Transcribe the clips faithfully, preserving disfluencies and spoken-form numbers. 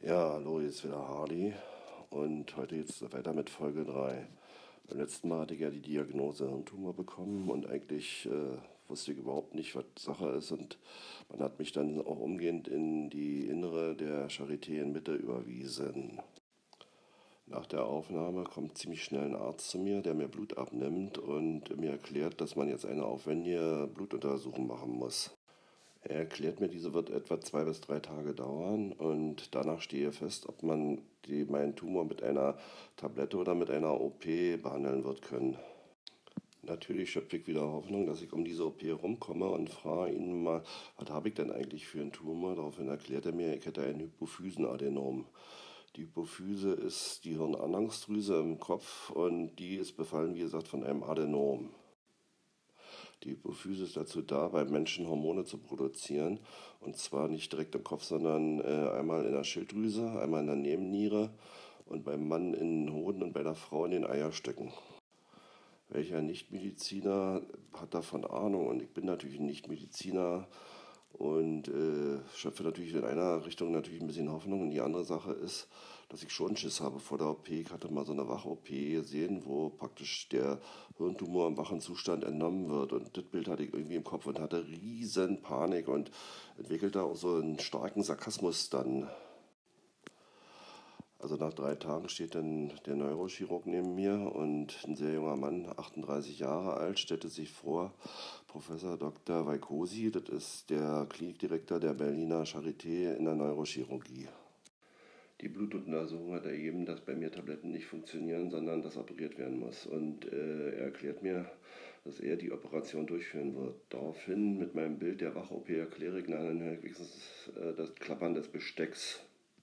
Ja, hallo, hier ist wieder Hardy und heute geht es weiter mit Folge drei. Beim letzten Mal hatte ich ja die Diagnose Hirntumor bekommen und eigentlich äh, wusste ich überhaupt nicht, was Sache ist, und man hat mich dann auch umgehend in die Innere der Charité in Mitte überwiesen. Nach der Aufnahme kommt ziemlich schnell ein Arzt zu mir, der mir Blut abnimmt und mir erklärt, dass man jetzt eine aufwendige Blutuntersuchung machen muss. Er erklärt mir, diese wird etwa zwei bis drei Tage dauern und danach stehe fest, ob man die, meinen Tumor mit einer Tablette oder mit einer O P behandeln wird können. Natürlich schöpfe ich wieder Hoffnung, dass ich um diese O P rumkomme und frage ihn mal, was habe ich denn eigentlich für einen Tumor? Daraufhin erklärt er mir, ich hätte ein Hypophysenadenom. Die Hypophyse ist die Hirnanhangsdrüse im Kopf und die ist befallen, wie gesagt, von einem Adenom. Die Hypophyse ist dazu da, beim Menschen Hormone zu produzieren. Und zwar nicht direkt im Kopf, sondern äh, einmal in der Schilddrüse, einmal in der Nebenniere und beim Mann in den Hoden und bei der Frau in den Eierstöcken. Welcher Nichtmediziner hat davon Ahnung? Und ich bin natürlich ein Nichtmediziner und äh, schöpfe natürlich in einer Richtung natürlich ein bisschen Hoffnung. Und die andere Sache ist, dass ich schon Schiss habe vor der O P. Ich hatte mal so eine Wach-O P gesehen, wo praktisch der Hirntumor im wachen Zustand entnommen wird. Und das Bild hatte ich irgendwie im Kopf und hatte riesen Panik und entwickelte auch so einen starken Sarkasmus dann. Also nach drei Tagen steht dann der Neurochirurg neben mir und ein sehr junger Mann, achtunddreißig Jahre alt, stellte sich vor, Professor Doktor Weikosi, das ist der Klinikdirektor der Berliner Charité in der Neurochirurgie. Die Blutuntersuchung hat ergeben, dass bei mir Tabletten nicht funktionieren, sondern dass operiert werden muss. Und äh, er erklärt mir, dass er die Operation durchführen wird. Daraufhin mit meinem Bild der Wach-O P erkläre ich dann wenigstens äh, das Klappern des Bestecks.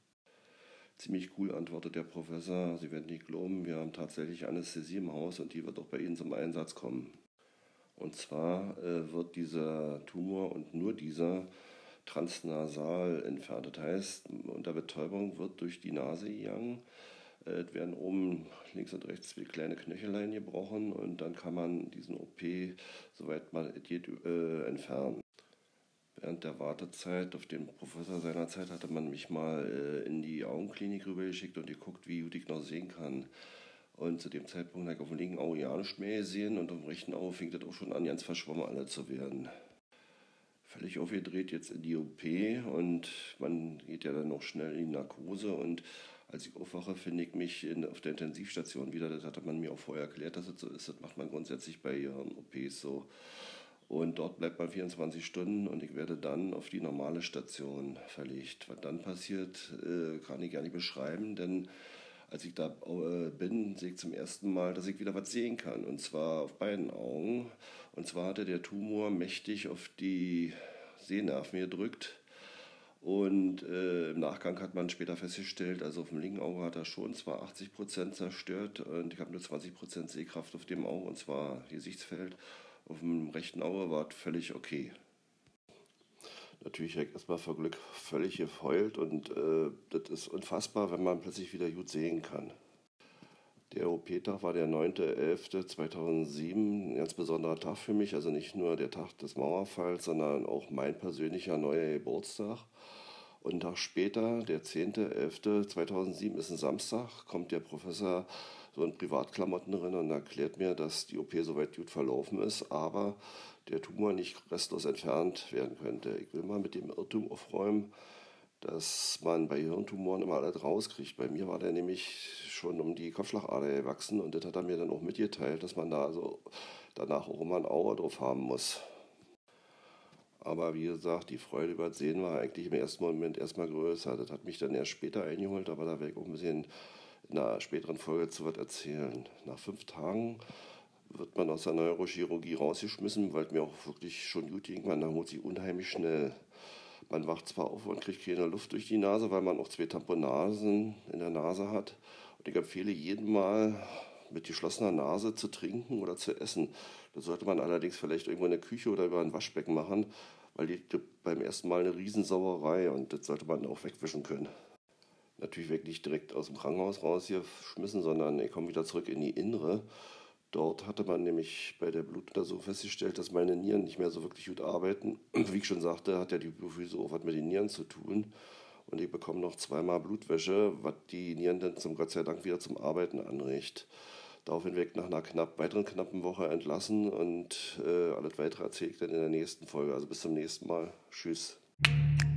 Ziemlich cool, antwortet der Professor. Sie werden nicht glauben, wir haben tatsächlich Anästhesie im Haus und die wird auch bei Ihnen zum Einsatz kommen. Und zwar äh, wird dieser Tumor und nur dieser transnasal entfernt. Das heißt, unter Betäubung wird durch die Nase gegangen. Es werden oben links und rechts zwei kleine Knöchelein gebrochen und dann kann man diesen O P, soweit man es geht, äh, entfernen. Während der Wartezeit auf den Professor seinerzeit hatte man mich mal äh, in die Augenklinik rübergeschickt und geguckt, wie gut ich noch sehen kann. Und zu dem Zeitpunkt habe ich auf dem linken Auge ja nicht mehr gesehen und auf dem rechten Auge fing das auch schon an, ganz verschwommen alle zu werden. Völlig aufgedreht jetzt in die O P und man geht ja dann noch schnell in die Narkose und als ich aufwache, finde ich mich in, auf der Intensivstation wieder. Das hatte man mir auch vorher erklärt, dass es so ist. Das macht man grundsätzlich bei ihren O Ps so. Und dort bleibt man vierundzwanzig Stunden und ich werde dann auf die normale Station verlegt. Was dann passiert, äh, kann ich gar nicht beschreiben, denn als ich da äh, bin, sehe ich zum ersten Mal, dass ich wieder was sehen kann. Und zwar auf beiden Augen. Und zwar hatte der Tumor mächtig auf die Sehnerven gedrückt. Und äh, im Nachgang hat man später festgestellt, also auf dem linken Auge hat er schon zwar achtzig Prozent zerstört und ich habe nur zwanzig Prozent Sehkraft auf dem Auge, und zwar Gesichtsfeld. Auf dem rechten Auge war es völlig okay. Natürlich habe ich erstmal vor Glück völlig geheult und äh, das ist unfassbar, wenn man plötzlich wieder gut sehen kann. Der O P-Tag war der neunter elfter zweitausendsieben, ein ganz besonderer Tag für mich, also nicht nur der Tag des Mauerfalls, sondern auch mein persönlicher neuer Geburtstag. Und einen Tag später, der zehnter elfter zweitausendsieben, ist ein Samstag, kommt der Professor so in Privatklamotten drin und erklärt mir, dass die O P soweit gut verlaufen ist, aber der Tumor nicht restlos entfernt werden könnte. Ich will mal mit dem Irrtum aufräumen, dass man bei Hirntumoren immer alles rauskriegt. Bei mir war der nämlich schon um die Kopfschlagader gewachsen und das hat er mir dann auch mitgeteilt, dass man da also danach auch immer ein Auge drauf haben muss. Aber wie gesagt, die Freude über das Sehen war eigentlich im ersten Moment erstmal größer. Das hat mich dann erst später eingeholt, aber da werde ich auch ein bisschen in einer späteren Folge zu was erzählen. Nach fünf Tagen wird man aus der Neurochirurgie rausgeschmissen, weil es mir auch wirklich schon gut ging. Man erholt sich unheimlich schnell. Man wacht zwar auf und kriegt keine Luft durch die Nase, weil man auch zwei Tamponasen in der Nase hat. Und ich empfehle jedem mal, mit geschlossener Nase zu trinken oder zu essen. Das sollte man allerdings vielleicht irgendwo in der Küche oder über ein Waschbecken machen, weil die beim ersten Mal eine Riesensauerei und das sollte man auch wegwischen können. Natürlich werde ich nicht direkt aus dem Krankenhaus rausgeschmissen, sondern ich komme wieder zurück in die Innere. Dort hatte man nämlich bei der Blutuntersuchung festgestellt, dass meine Nieren nicht mehr so wirklich gut arbeiten. Wie ich schon sagte, hat ja die Hypophyse auch was mit den Nieren zu tun. und ich bekomme noch zweimal Blutwäsche, was die Nieren dann zum Gott sei Dank wieder zum Arbeiten anregt. Daraufhin werde ich nach einer knapp, weiteren knappen Woche entlassen und äh, alles weitere erzähle ich dann in der nächsten Folge. Also bis zum nächsten Mal. Tschüss.